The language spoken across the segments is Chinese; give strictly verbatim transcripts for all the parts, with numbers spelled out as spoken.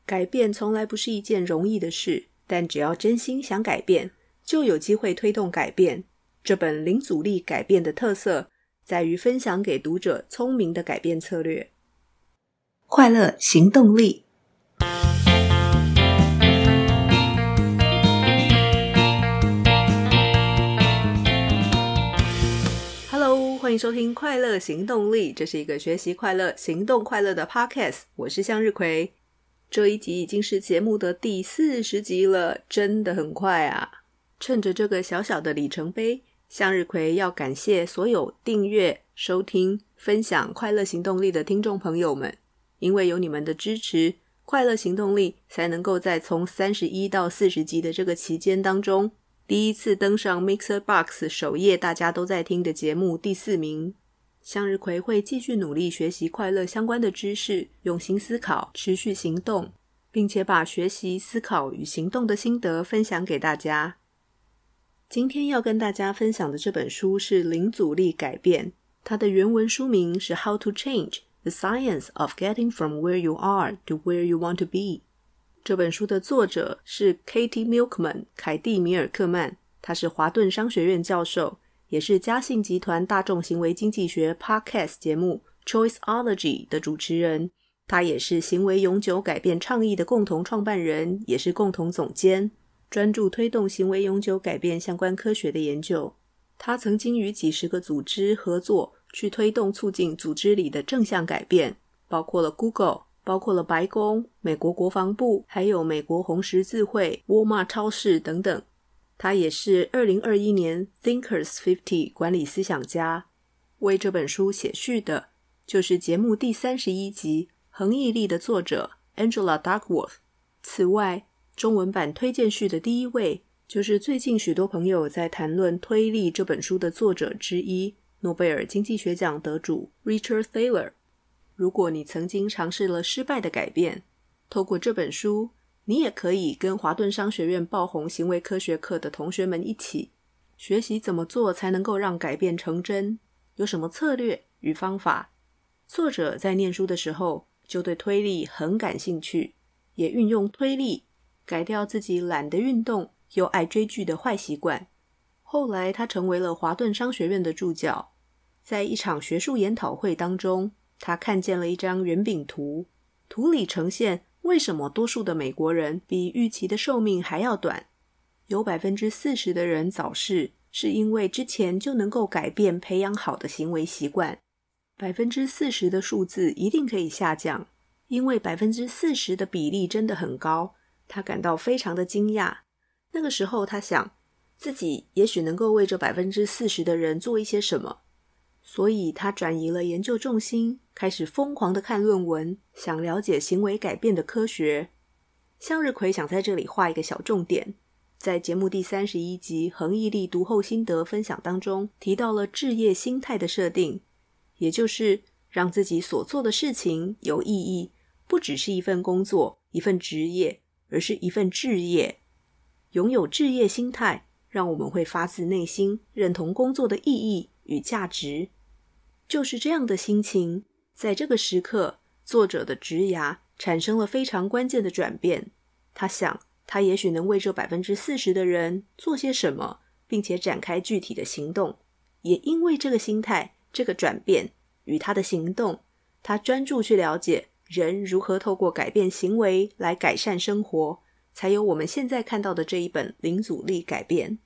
改变从来不是一件容易的事，但只要真心想改变，就有机会推动改变。这本零阻力改变的特色，在于分享给读者聪明的改变策略。快乐行动力。Hello， 欢迎收听快乐行动力，这是一个学习快乐、行动快乐的 podcast， 我是向日葵。这一集已经是节目的第四十集了，真的很快啊！趁着这个小小的里程碑，向日葵要感谢所有订阅、收听、分享快乐行动力的听众朋友们，因为有你们的支持，快乐行动力才能够在从三十一到四十集的这个期间当中，第一次登上 Mixer Box 首页大家都在听的节目第四名。向日葵会继续努力学习快乐相关的知识，用心思考，持续行动，并且把学习、思考与行动的心得分享给大家。今天要跟大家分享的这本书是零阻力改变，它的原文书名是 How to Change: The Science of Getting from Where You Are to Where You Want to Be。 这本书的作者是 Katie Milkman 凯蒂米尔克曼，他是华顿商学院教授，也是嘉信集团大众行为经济学 Podcast 节目 Choiceology 的主持人，他也是行为永久改变倡议的共同创办人，也是共同总监，专注推动行为永久改变相关科学的研究。他曾经与几十个组织合作，去推动促进组织里的正向改变，包括了 Google， 包括了白宫、美国国防部，还有美国红十字会、沃尔玛超市等等。他也是二零二一年 Thinkers 五十 管理思想家。为这本书写序的就是节目第三十一集恒毅力的作者 Angela Duckworth。 此外，中文版推荐序的第一位就是最近许多朋友在谈论推力这本书的作者之一，诺贝尔经济学奖得主 Richard Thaler。 如果你曾经尝试了失败的改变，透过这本书，你也可以跟华顿商学院爆红行为科学课的同学们一起学习怎么做才能够让改变成真，有什么策略与方法。作者在念书的时候就对推力很感兴趣，也运用推力改掉自己懒得运动又爱追剧的坏习惯。后来他成为了华顿商学院的助教，在一场学术研讨会当中，他看见了一张圆饼图，图里呈现为什么多数的美国人比预期的寿命还要短。有 百分之四十 的人早逝，是因为之前就能够改变培养好的行为习惯。 百分之四十 的数字一定可以下降，因为 百分之四十 的比例真的很高，他感到非常的惊讶。那个时候他想，自己也许能够为这 百分之四十 的人做一些什么，所以他转移了研究重心，开始疯狂的看论文，想了解行为改变的科学。向日葵想在这里画一个小重点，在节目第三十一集恒毅力读后心得分享当中，提到了志业心态的设定，也就是让自己所做的事情有意义，不只是一份工作、一份职业，而是一份志业。拥有志业心态，让我们会发自内心认同工作的意义与价值。就是这样的心情，在这个时刻，作者的职涯产生了非常关键的转变。他想，他也许能为这 百分之四十 的人做些什么，并且展开具体的行动。也因为这个心态，这个转变与他的行动，他专注去了解人如何透过改变行为来改善生活，才有我们现在看到的这一本零阻力改变。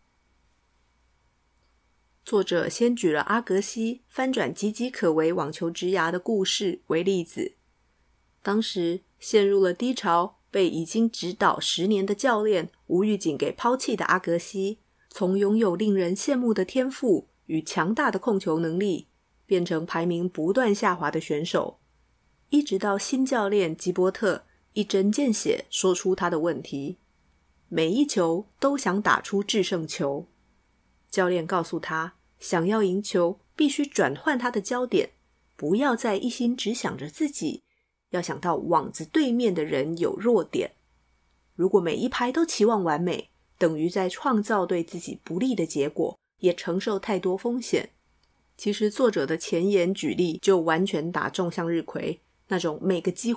作者先举了阿格西翻转岌岌可危网球职涯的故事为例子。当时陷入了低潮，被已经指导十年的教练吴玉景给抛弃的阿格西，从拥有令人羡慕的天赋与强大的控球能力，变成排名不断下滑的选手。一直到新教练吉伯特一针见血说出他的问题，每一球都想打出制胜球。教练告诉他，想要赢球必须转换他的焦点，不要再一心只想着自己，要想到网子对面的人有弱点。如果每一拍都期望完美，等于在创造对自己不利的结果，也承受太多风险。其实作者的前言举例就完全打中向日葵那种每个机会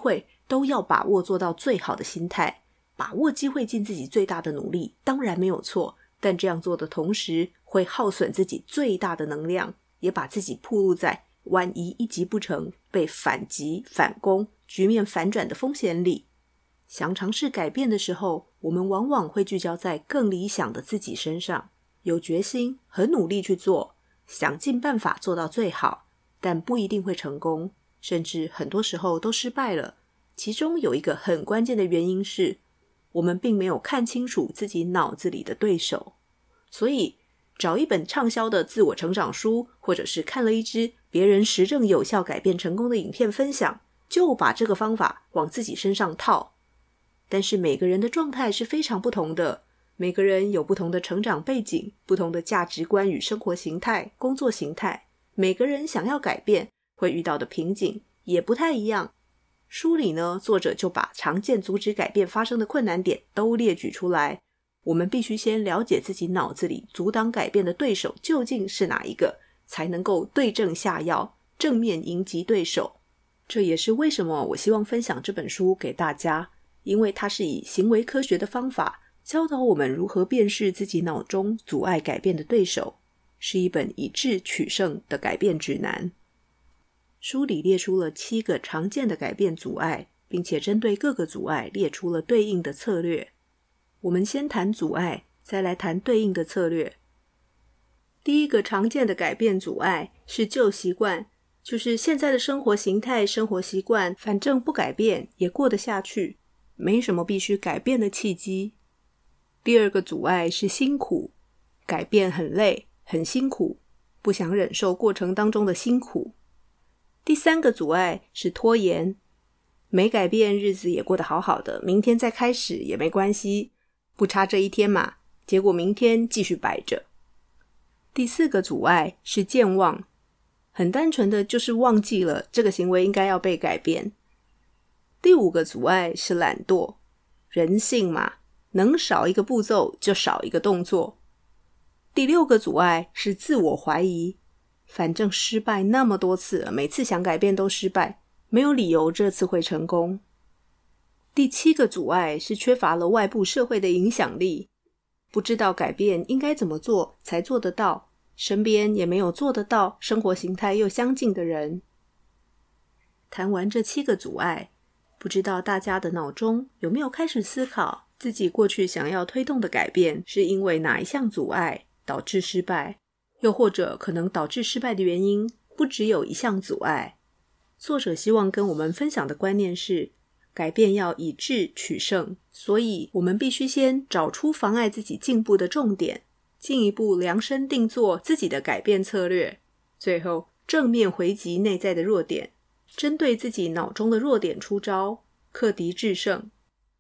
都要把握做到最好的心态，把握机会尽自己最大的努力，当然没有错，但这样做的同时会耗损自己最大的能量，也把自己暴露在万一一击不成被反击反攻局面反转的风险里。想尝试改变的时候，我们往往会聚焦在更理想的自己身上，有决心很努力去做，想尽办法做到最好，但不一定会成功，甚至很多时候都失败了。其中有一个很关键的原因是，我们并没有看清楚自己脑子里的对手。所以找一本畅销的自我成长书，或者是看了一支别人实证有效改变成功的影片分享，就把这个方法往自己身上套。但是每个人的状态是非常不同的，每个人有不同的成长背景，不同的价值观与生活形态、工作形态，每个人想要改变会遇到的瓶颈也不太一样。书里呢，作者就把常见阻止改变发生的困难点都列举出来，我们必须先了解自己脑子里阻挡改变的对手究竟是哪一个，才能够对症下药，正面迎击对手。这也是为什么我希望分享这本书给大家，因为它是以行为科学的方法教导我们如何辨识自己脑中阻碍改变的对手，是一本以智取胜的改变指南。书里列出了七个常见的改变阻碍，并且针对各个阻碍列出了对应的策略。我们先谈阻碍，再来谈对应的策略。第一个常见的改变阻碍是旧习惯，就是现在的生活形态、生活习惯，反正不改变也过得下去，没什么必须改变的契机。第二个阻碍是辛苦，改变很累，很辛苦，不想忍受过程当中的辛苦。第三个阻碍是拖延，没改变日子也过得好好的，明天再开始也没关系，不差这一天嘛，结果明天继续摆着。第四个阻碍是健忘，很单纯的就是忘记了这个行为应该要被改变。第五个阻碍是懒惰，人性嘛，能少一个步骤就少一个动作。第六个阻碍是自我怀疑，反正失败那么多次了，每次想改变都失败，没有理由这次会成功。第七个阻碍是缺乏了外部社会的影响力，不知道改变应该怎么做才做得到，身边也没有做得到，生活形态又相近的人。谈完这七个阻碍，不知道大家的脑中有没有开始思考，自己过去想要推动的改变是因为哪一项阻碍导致失败，又或者可能导致失败的原因不只有一项阻碍。作者希望跟我们分享的观念是，改变要以智取胜，所以我们必须先找出妨碍自己进步的重点，进一步量身定做自己的改变策略，最后正面回击内在的弱点，针对自己脑中的弱点出招，克敌制胜。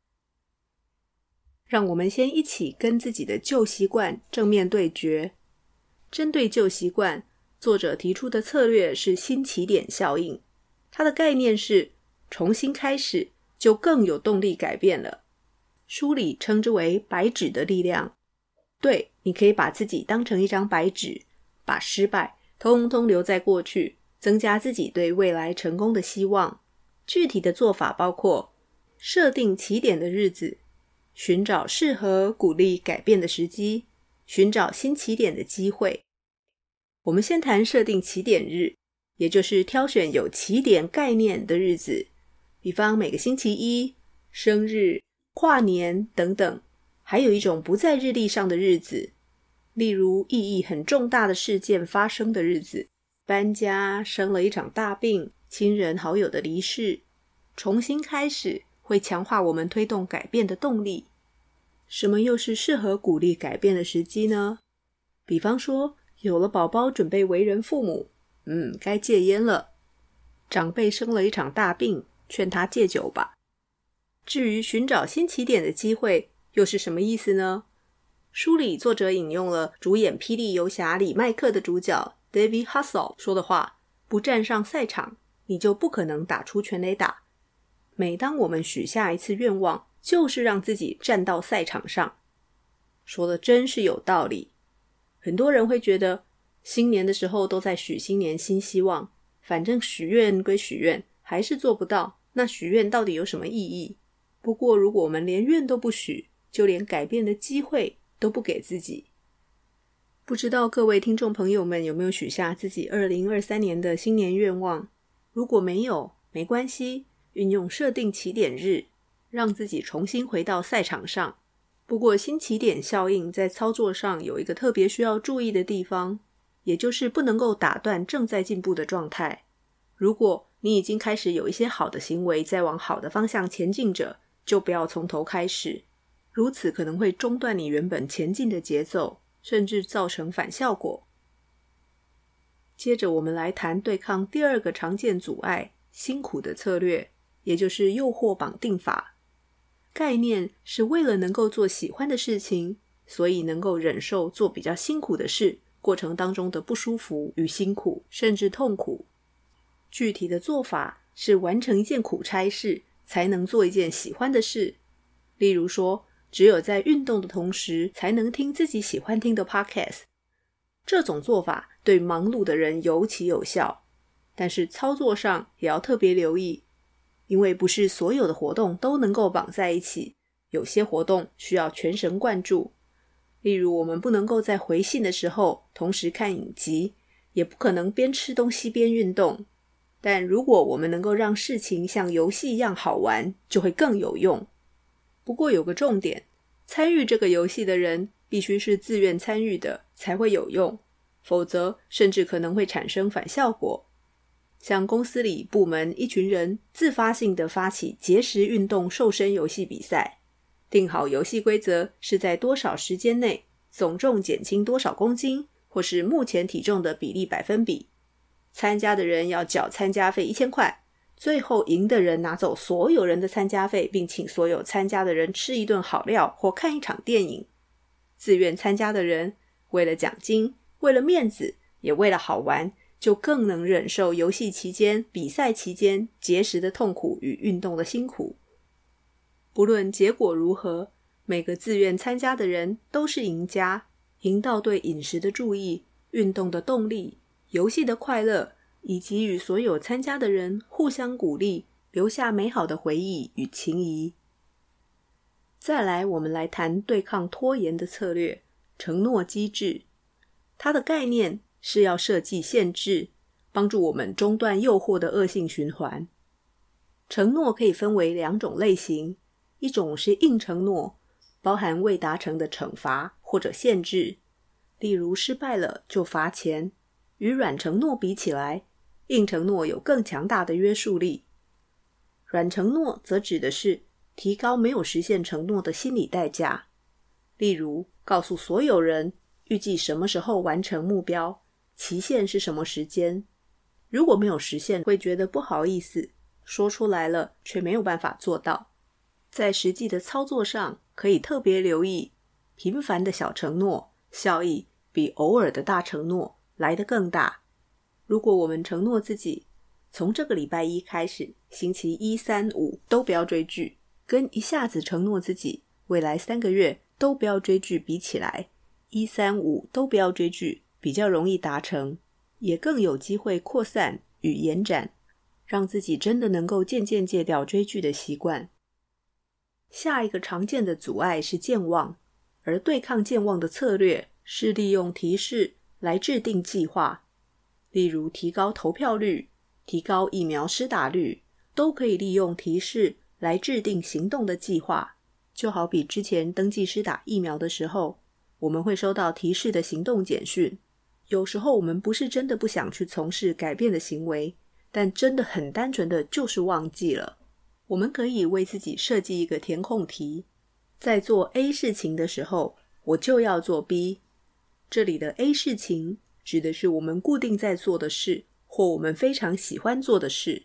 让我们先一起跟自己的旧习惯正面对决。针对旧习惯，作者提出的策略是新起点效应，它的概念是重新开始就更有动力改变了。书里称之为白纸的力量。对，你可以把自己当成一张白纸，把失败通通留在过去，增加自己对未来成功的希望。具体的做法包括设定起点的日子，寻找适合鼓励改变的时机，寻找新起点的机会。我们先谈设定起点日，也就是挑选有起点概念的日子，比方每个星期一、生日、跨年等等。还有一种不在日历上的日子，例如意义很重大的事件发生的日子，搬家、生了一场大病、亲人好友的离世。重新开始会强化我们推动改变的动力。什么又是适合鼓励改变的时机呢？比方说，有了宝宝准备为人父母，嗯，该戒烟了。长辈生了一场大病，劝他戒酒吧。至于寻找新起点的机会，又是什么意思呢？书里作者引用了主演《霹雳游侠》李麦克的主角 David Hasselhoff 说的话，不站上赛场，你就不可能打出全垒打。每当我们许下一次愿望，就是让自己站到赛场上。说的真是有道理。很多人会觉得新年的时候都在许新年新希望，反正许愿归许愿，还是做不到， 那许愿到底有什么意义？不过如果我们连愿都不许，就连改变的机会都不给自己。不知道各位听众朋友们有没有许下自己二零二三年的新年愿望？如果没有，没关系，运用设定起点日，让自己重新回到赛场上。不过新起点效应在操作上有一个特别需要注意的地方，也就是不能够打断正在进步的状态。如果你已经开始有一些好的行为在往好的方向前进着，就不要从头开始，如此可能会中断你原本前进的节奏，甚至造成反效果。接着我们来谈对抗第二个常见阻碍，辛苦的策略，也就是诱惑绑定法。概念是为了能够做喜欢的事情，所以能够忍受做比较辛苦的事，过程当中的不舒服与辛苦，甚至痛苦。具体的做法是完成一件苦差事，才能做一件喜欢的事。例如说，只有在运动的同时，才能听自己喜欢听的 podcast。这种做法对忙碌的人尤其有效，但是操作上也要特别留意，因为不是所有的活动都能够绑在一起，有些活动需要全神贯注。例如我们不能够在回信的时候同时看影集，也不可能边吃东西边运动。但如果我们能够让事情像游戏一样好玩，就会更有用。不过有个重点，参与这个游戏的人必须是自愿参与的才会有用，否则甚至可能会产生反效果。像公司里部门一群人自发性的发起节食运动瘦身游戏比赛，定好游戏规则是在多少时间内总重减轻多少公斤，或是目前体重的比例百分比。参加的人要缴参加费一千块，最后赢的人拿走所有人的参加费，并请所有参加的人吃一顿好料或看一场电影。自愿参加的人为了奖金，为了面子，也为了好玩，就更能忍受游戏期间、比赛期间节食的痛苦与运动的辛苦。不论结果如何，每个自愿参加的人都是赢家，赢到对饮食的注意、运动的动力、游戏的快乐，以及与所有参加的人互相鼓励，留下美好的回忆与情谊。再来，我们来谈对抗拖延的策略，承诺机制。它的概念是要设计限制，帮助我们中断诱惑的恶性循环。承诺可以分为两种类型，一种是硬承诺，包含未达成的惩罚或者限制，例如失败了就罚钱。与软承诺比起来，硬承诺有更强大的约束力。软承诺则指的是提高没有实现承诺的心理代价，例如告诉所有人预计什么时候完成目标，期限是什么时间。如果没有实现，会觉得不好意思，说出来了却没有办法做到。在实际的操作上，可以特别留意，频繁的小承诺效益比偶尔的大承诺来得更大。如果我们承诺自己，从这个礼拜一开始，星期一、三、五都不要追剧，跟一下子承诺自己未来三个月都不要追剧比起来，一、三、五都不要追剧比较容易达成，也更有机会扩散与延展，让自己真的能够渐渐戒掉追剧的习惯。下一个常见的阻碍是健忘，而对抗健忘的策略是利用提示来制定计划，例如提高投票率、提高疫苗施打率，都可以利用提示来制定行动的计划。就好比之前登记施打疫苗的时候，我们会收到提示的行动简讯。有时候我们不是真的不想去从事改变的行为，但真的很单纯的就是忘记了。我们可以为自己设计一个填空题，在做 A 事情的时候，我就要做 B。 这里的 A 事情指的是我们固定在做的事，或我们非常喜欢做的事。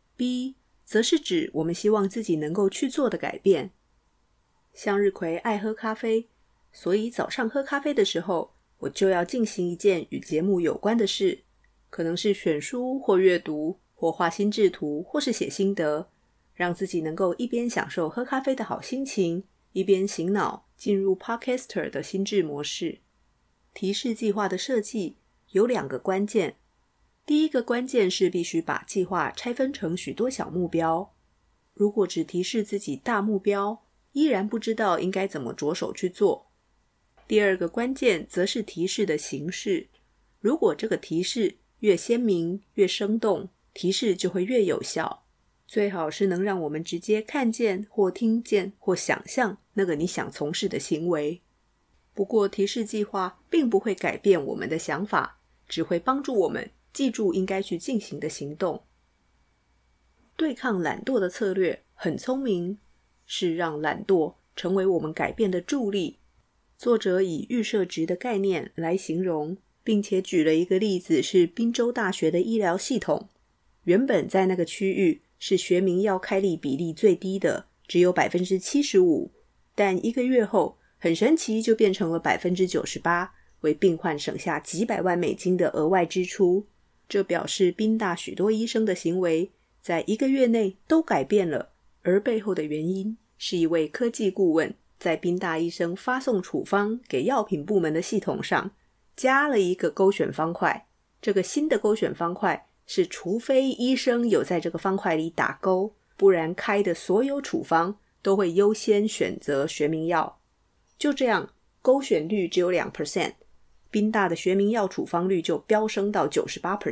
B 则是指我们希望自己能够去做的改变。向日葵爱喝咖啡，所以早上喝咖啡的时候，我就要进行一件与节目有关的事，可能是选书或阅读，或画心智图，或是写心得，让自己能够一边享受喝咖啡的好心情，一边醒脑进入 Podcaster 的心智模式。提示计划的设计有两个关键，第一个关键是必须把计划拆分成许多小目标， 如果只提示自己大目标，依然不知道应该怎么着手去做。第二个关键则是提示的形式，如果这个提示越鲜明越生动，提示就会越有效，最好是能让我们直接看见或听见或想象那个你想从事的行为。不过提示计划并不会改变我们的想法，只会帮助我们记住应该去进行的行动。对抗懒惰的策略很聪明，是让懒惰成为我们改变的助力。作者以预设值的概念来形容，并且举了一个例子，是宾州大学的医疗系统。原本在那个区域是学名药开立比例最低的，只有 百分之七十五， 但一个月后很神奇就变成了 百分之九十八， 为病患省下几百万美金的额外支出。这表示宾大许多医生的行为在一个月内都改变了，而背后的原因是一位科技顾问在宾大医生发送处方给药品部门的系统上加了一个勾选方块。这个新的勾选方块是除非医生有在这个方块里打勾，不然开的所有处方都会优先选择学名药。就这样，勾选率只有 百分之二， 宾大的学名药处方率就飙升到 百分之九十八。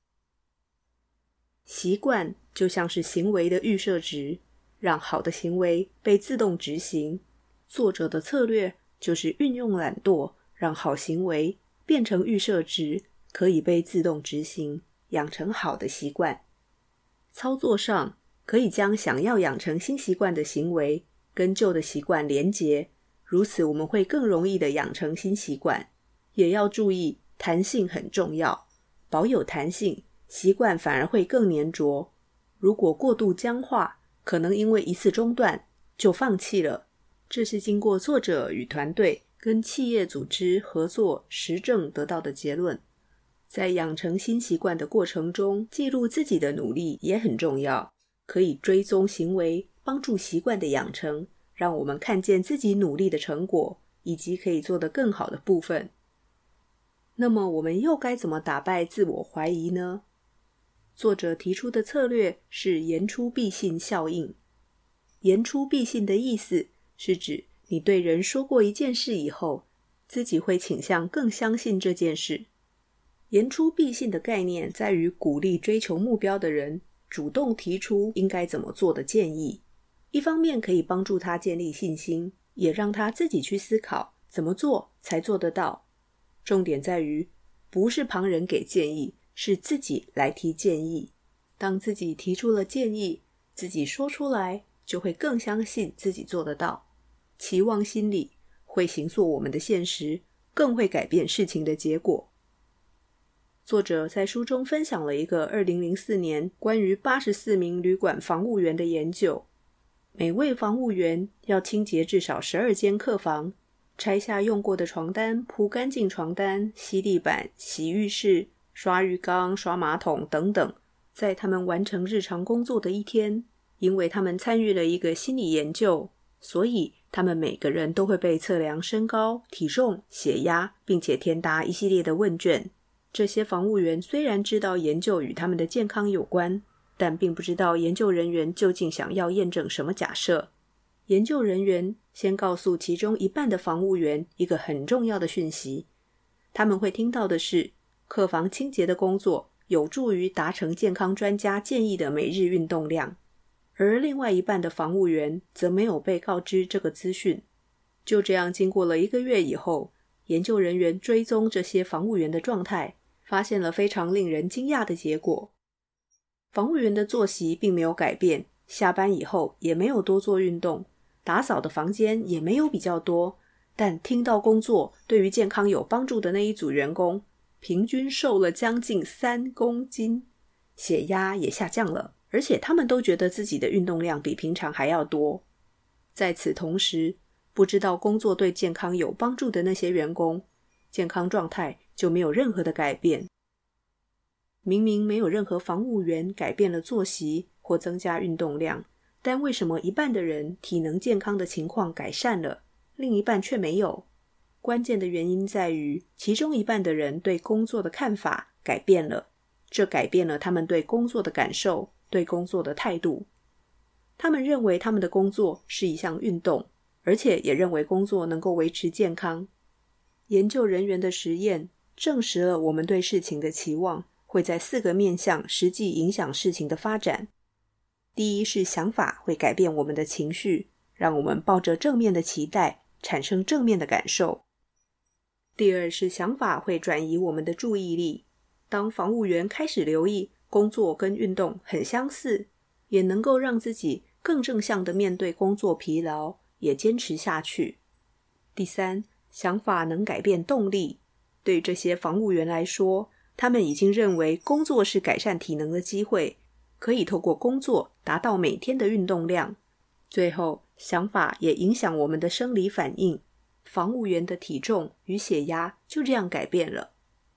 习惯就像是行为的预设值，让好的行为被自动执行。作者的策略就是运用懒惰，让好行为变成预设值，可以被自动执行，养成好的习惯。操作上可以将想要养成新习惯的行为跟旧的习惯连结，如此我们会更容易的养成新习惯。也要注意弹性很重要，保有弹性，习惯反而会更粘着。如果过度僵化，可能因为一次中断就放弃了。这是经过作者与团队跟企业组织合作实证得到的结论。在养成新习惯的过程中，记录自己的努力也很重要，可以追踪行为，帮助习惯的养成，让我们看见自己努力的成果，以及可以做得更好的部分。那么我们又该怎么打败自我怀疑呢？作者提出的策略是言出必信效应。言出必信的意思是指你对人说过一件事以后，自己会倾向更相信这件事。言出必信的概念在于鼓励追求目标的人主动提出应该怎么做的建议，一方面可以帮助他建立信心，也让他自己去思考怎么做才做得到。重点在于不是旁人给建议，是自己来提建议。当自己提出了建议，自己说出来，就会更相信自己做得到。期望心理会形塑我们的现实，更会改变事情的结果。作者在书中分享了一个二零零四年关于八十四名旅馆房务员的研究。每位房务员要清洁至少十二间客房，拆下用过的床单，铺干净床单，吸地板，洗浴室，刷浴缸，刷马桶等等。在他们完成日常工作的一天，因为他们参与了一个心理研究，所以他们每个人都会被测量身高、体重、血压，并且填答一系列的问卷。这些房务员虽然知道研究与他们的健康有关，但并不知道研究人员究竟想要验证什么假设。研究人员先告诉其中一半的房务员一个很重要的讯息，他们会听到的是，客房清洁的工作有助于达成健康专家建议的每日运动量。而另外一半的房务员则没有被告知这个资讯。就这样，经过了一个月以后，研究人员追踪这些房务员的状态，发现了非常令人惊讶的结果。房务员的作息并没有改变，下班以后也没有多做运动，打扫的房间也没有比较多，但听到工作对于健康有帮助的那一组员工，平均瘦了将近三公斤，血压也下降了，而且他们都觉得自己的运动量比平常还要多。在此同时，不知道工作对健康有帮助的那些员工，健康状态就没有任何的改变。明明没有任何房务员改变了作息或增加运动量，但为什么一半的人体能健康的情况改善了，另一半却没有？关键的原因在于，其中一半的人对工作的看法改变了，这改变了他们对工作的感受，对工作的态度。 他们认为他们的工作是一项运动，而且也认为工作能够维持健康。研究人员的实验证实了我们对事情的期望会在四个面向实际影响事情的发展。第一是想法会改变我们的情绪，让我们抱着正面的期待，产生正面的感受。第二是想法会转移我们的注意力，当防务员开始留意工作跟运动很相似，也能够让自己更正向地面对工作疲劳，也坚持下去。第三，想法能改变动力。对于这些防务员来说，他们已经认为工作是改善体能的机会，可以透过工作达到每天的运动量。最后，想法也影响我们的生理反应，防务员的体重与血压就这样改变了。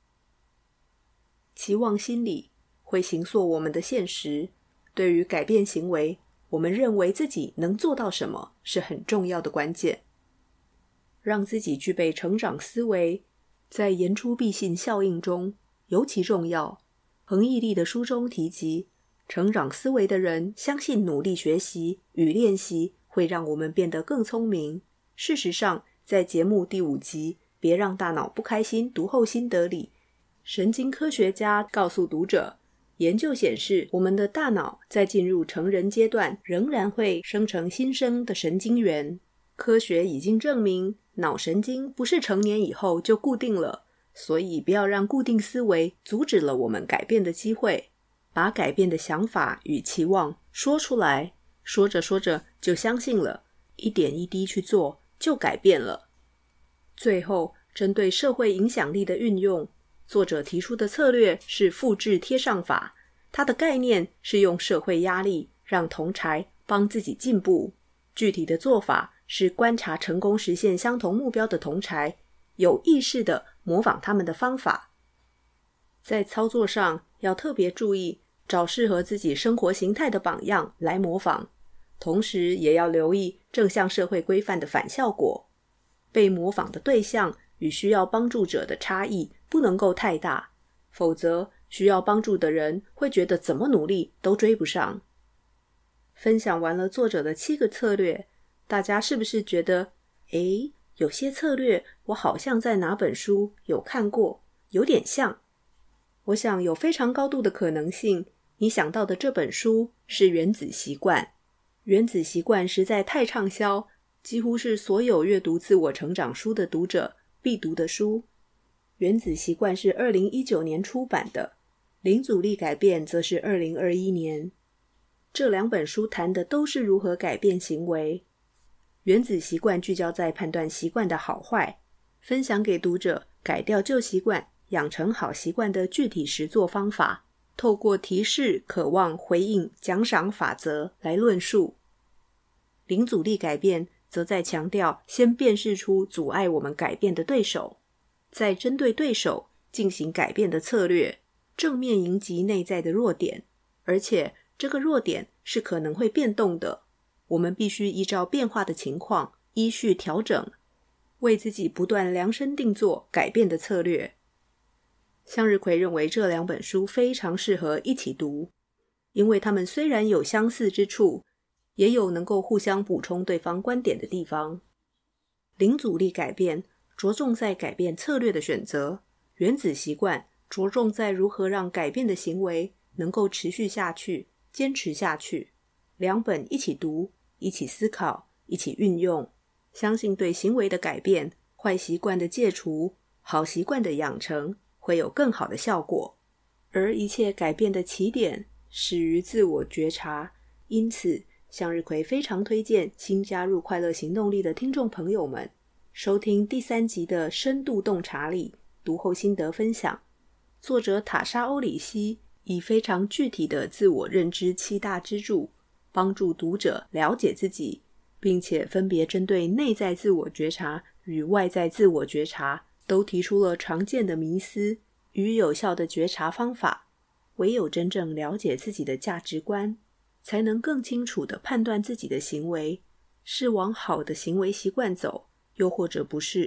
期望心理会形塑我们的现实，对于改变行为，我们认为自己能做到什么是很重要的关键。让自己具备成长思维，在言出必信效应中尤其重要。恒毅力的书中提及，成长思维的人相信努力学习与练习会让我们变得更聪明。事实上，在节目第五集别让大脑不开心读后心得里，神经科学家告诉读者，研究显示我们的大脑在进入成人阶段仍然会生成新生的神经元。科学已经证明脑神经不是成年以后就固定了，所以不要让固定思维阻止了我们改变的机会。把改变的想法与期望说出来，说着说着就相信了，一点一滴去做就改变了。最后，针对社会影响力的运用，作者提出的策略是复制贴上法。它的概念是用社会压力让同侪帮自己进步，具体的做法是观察成功实现相同目标的同侪，有意识地模仿他们的方法。在操作上要特别注意找适合自己生活形态的榜样来模仿，同时也要留意正向社会规范的反效果。被模仿的对象与需要帮助者的差异不能够太大，否则需要帮助的人会觉得怎么努力都追不上。分享完了作者的七个策略，大家是不是觉得诶，有些策略我好像在哪本书有看过，有点像。我想有非常高度的可能性，你想到的这本书是《原子习惯》。《原子习惯》实在太畅销，几乎是所有阅读自我成长书的读者必读的书。《原子习惯》是二零一九年出版的，《零阻力改变》则是二零二一年。这两本书谈的都是如何改变行为。《原子习惯》聚焦在判断习惯的好坏，分享给读者改掉旧习惯养成好习惯的具体实作方法，透过提示、渴望、回应、奖赏法则来论述。零阻力改变则在强调先辨识出阻碍我们改变的对手，再针对对手进行改变的策略，正面迎击内在的弱点，而且这个弱点是可能会变动的，我们必须依照变化的情况依序调整，为自己不断量身定做改变的策略。向日葵认为这两本书非常适合一起读，因为它们虽然有相似之处，也有能够互相补充对方观点的地方。零阻力改变着重在改变策略的选择，原子习惯着重在如何让改变的行为能够持续下去，坚持下去。两本一起读，一起思考，一起运用，相信对行为的改变、坏习惯的戒除、好习惯的养成会有更好的效果。而一切改变的起点始于自我觉察，因此向日葵非常推荐新加入快乐行动力的听众朋友们收听第三集的深度洞察力读后心得分享。作者塔莎·欧里希以非常具体的自我认知七大支柱，帮助读者了解自己，并且分别针对内在自我觉察与外在自我觉察都提出了常见的迷思与有效的觉察方法。唯有真正了解自己的价值观，才能更清楚地判断自己的行为是往好的行为习惯走，又或者不是。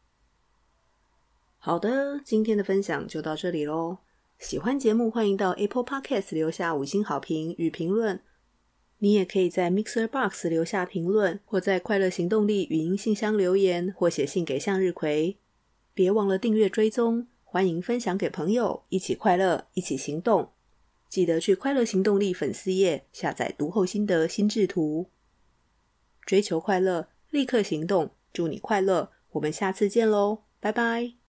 好的，今天的分享就到这里咯。喜欢节目欢迎到 Apple Podcast 留下五星好评与评论。 你也可以在 Mixer Box 留下评论，或在快乐行动力语音信箱留言，或写信给向日葵。别忘了订阅追踪，欢迎分享给朋友，一起快乐，一起行动。记得去快乐行动力粉丝页下载读后心得心智图。追求快乐，立刻行动，祝你快乐，我们下次见咯，拜拜。